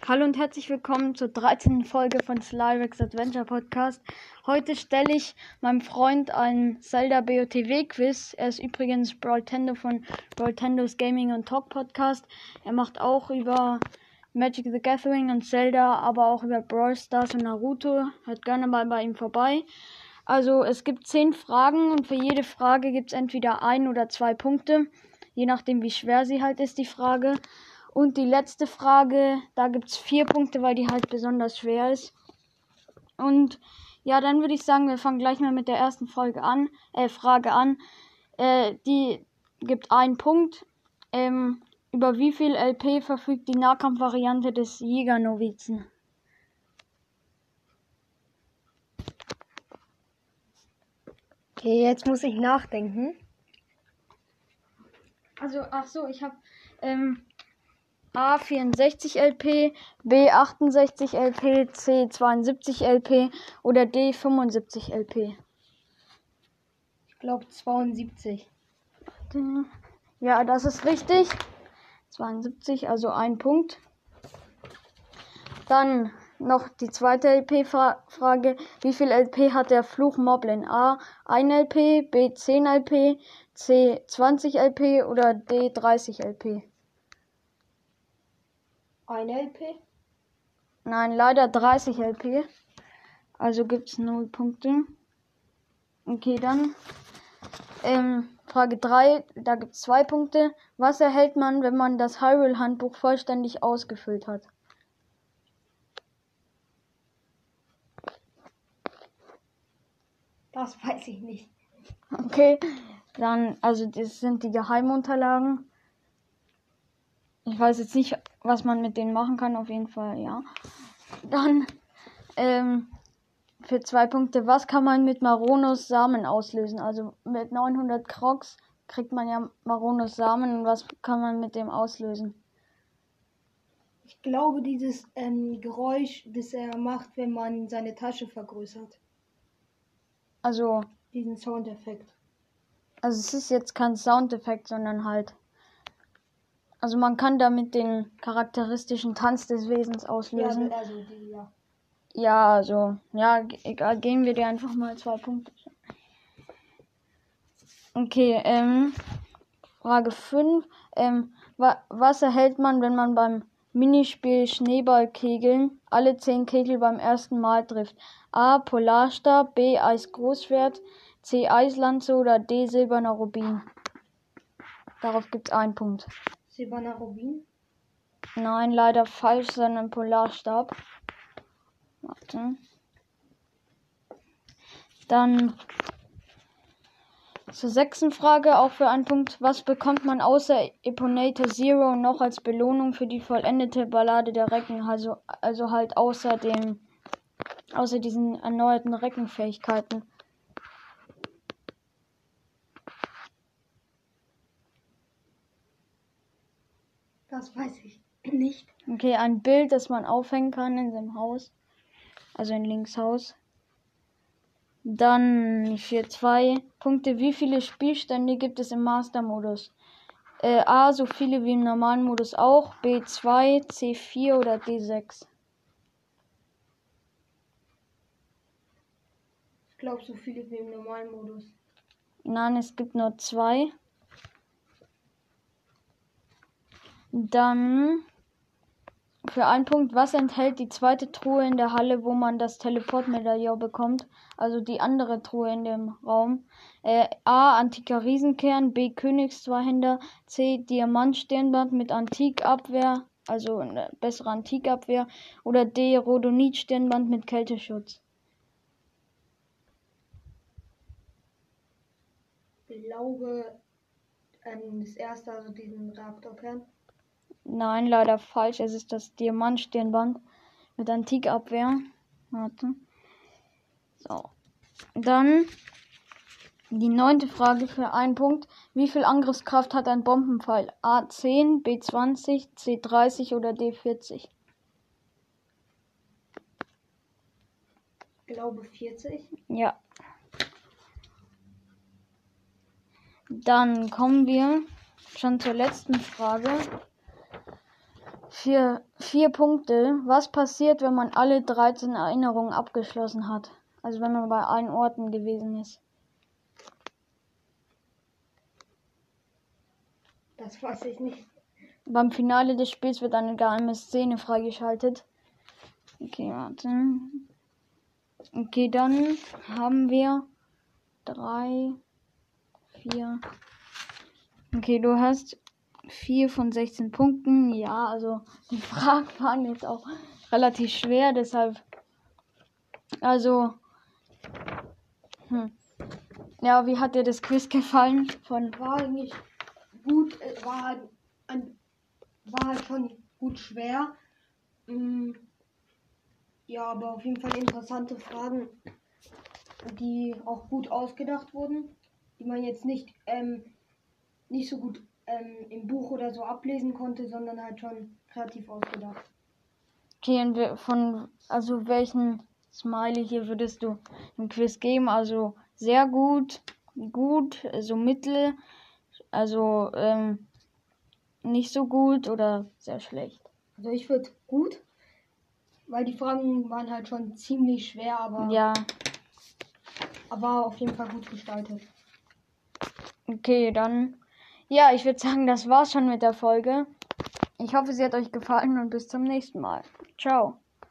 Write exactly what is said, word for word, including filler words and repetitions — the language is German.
Hallo und herzlich willkommen zur dreizehnten Folge von Slyrex Adventure Podcast. Heute stelle ich meinem Freund ein Zelda B O T W-Quiz. Er ist übrigens Brawltendo von Brawltendos Gaming und Talk Podcast. Er macht auch über Magic the Gathering und Zelda, aber auch über Brawl Stars und Naruto. Hört gerne mal bei ihm vorbei. Also es gibt zehn Fragen und für jede Frage gibt es entweder ein oder zwei Punkte. Je nachdem wie schwer sie halt ist, die Frage. Und die letzte Frage, da gibt es vier Punkte, weil die halt besonders schwer ist. Und ja, dann würde ich sagen, wir fangen gleich mal mit der ersten Folge an, äh, Frage an. Äh, die gibt einen Punkt. Ähm, über wie viel L P verfügt die Nahkampfvariante des Jägernovizen? Okay, jetzt muss ich nachdenken. Also, ach so, ich habe ähm, A vierundsechzig L P, B achtundsechzig L P, C zweiundsiebzig L P oder D fünfundsiebzig L P. Ich glaube zweiundsiebzig. Ja, das ist richtig. zweiundsiebzig, also ein Punkt. Dann noch die zweite L P-Frage. Wie viel L P hat der Fluch Moblin? A ein L P, B zehn L P, C zwanzig L P oder D dreißig L P? ein L P? Nein, leider dreißig L P. Also gibt es null Punkte. Okay, dann ähm, Frage drei, da gibt es zwei Punkte. Was erhält man, wenn man das Hyrule-Handbuch vollständig ausgefüllt hat? Das weiß ich nicht. Okay, dann, also das sind die Geheimunterlagen. Ich weiß jetzt nicht, was man mit denen machen kann, auf jeden Fall, ja. Dann, ähm, für zwei Punkte, was kann man mit Maronos Samen auslösen? Also mit neunhundert Crocs kriegt man ja Maronos Samen und was kann man mit dem auslösen? Ich glaube, dieses ähm, Geräusch, das er macht, wenn man seine Tasche vergrößert. Also, Diesen Soundeffekt. also es ist jetzt kein Soundeffekt, sondern halt, also man kann damit den charakteristischen Tanz des Wesens auslösen. Ja, also die, ja. Ja, also, ja, egal, geben wir dir einfach mal zwei Punkte. Okay, ähm, Frage fünf. Ähm, wa was erhält man, wenn man beim Minispiel Schneeballkegeln alle zehn Kegel beim ersten Mal trifft? A. Polarstab, B. Eisgroßschwert, C. Eislanze oder D. Silberner Rubin? Darauf gibt's einen Punkt. Silberner Rubin? Nein, leider falsch, sondern Polarstab. Warte. Dann zur sechsten Frage, auch für einen Punkt. Was bekommt man außer Eponator Zero noch als Belohnung für die vollendete Ballade der Recken? Also, also halt außer dem, außer diesen erneuerten Reckenfähigkeiten. Das weiß ich nicht. Okay, ein Bild, das man aufhängen kann in seinem Haus. Also in Links Haus. Dann für zwei Punkte. Wie viele Spielstände gibt es im Master-Modus? Äh, A, so viele wie im normalen Modus auch. B zwei, C vier oder D sechs? Ich glaube, so viele wie im normalen Modus. Nein, es gibt nur zwei. Dann für einen Punkt, was enthält die zweite Truhe in der Halle, wo man das Teleportmedaillon bekommt? Also die andere Truhe in dem Raum. Äh, A. Antiker Riesenkern, B. Königszweihänder, C. Diamantstirnband mit Antikabwehr, also eine bessere Antikabwehr, oder D. Rhodonit-Stirnband mit Kälteschutz. Ich glaube, ähm, das erste, also diesen Reaktorkern. Nein, leider falsch. Es ist das Diamantstirnband mit Antikabwehr. Warte. So. Dann die neunte Frage für einen Punkt. Wie viel Angriffskraft hat ein Bombenpfeil? A zehn, B zwanzig, C dreißig oder D vierzig? Ich glaube vierzig. Ja. Dann kommen wir schon zur letzten Frage. Vier, vier Punkte. Was passiert, wenn man alle dreizehn Erinnerungen abgeschlossen hat? Also wenn man bei allen Orten gewesen ist. Das weiß ich nicht. Beim Finale des Spiels wird eine geheime Szene freigeschaltet. Okay, warte. Okay, dann haben wir drei, vier. Okay, du hast vier von sechzehn Punkten. Ja, also die Fragen waren jetzt auch relativ schwer, deshalb. Also. Hm. Ja, wie hat dir das Quiz gefallen? Von War eigentlich gut, äh, war, ein, war halt schon gut schwer. Mm, ja, aber auf jeden Fall interessante Fragen, die auch gut ausgedacht wurden, die man jetzt nicht, ähm, nicht so gut ähm, im Buch oder so ablesen konnte, sondern halt schon kreativ ausgedacht. Okay, und wir- von, also welchen Smiley hier würdest du im Quiz geben? Also sehr gut, gut, so mittel, also ähm, nicht so gut oder sehr schlecht. Also ich würde gut, weil die Fragen waren halt schon ziemlich schwer, aber, Ja, aber auf jeden Fall gut gestaltet. okay, dann, ja, ich würde sagen, das war's schon mit der Folge. Ich hoffe, sie hat euch gefallen und bis zum nächsten Mal. Ciao.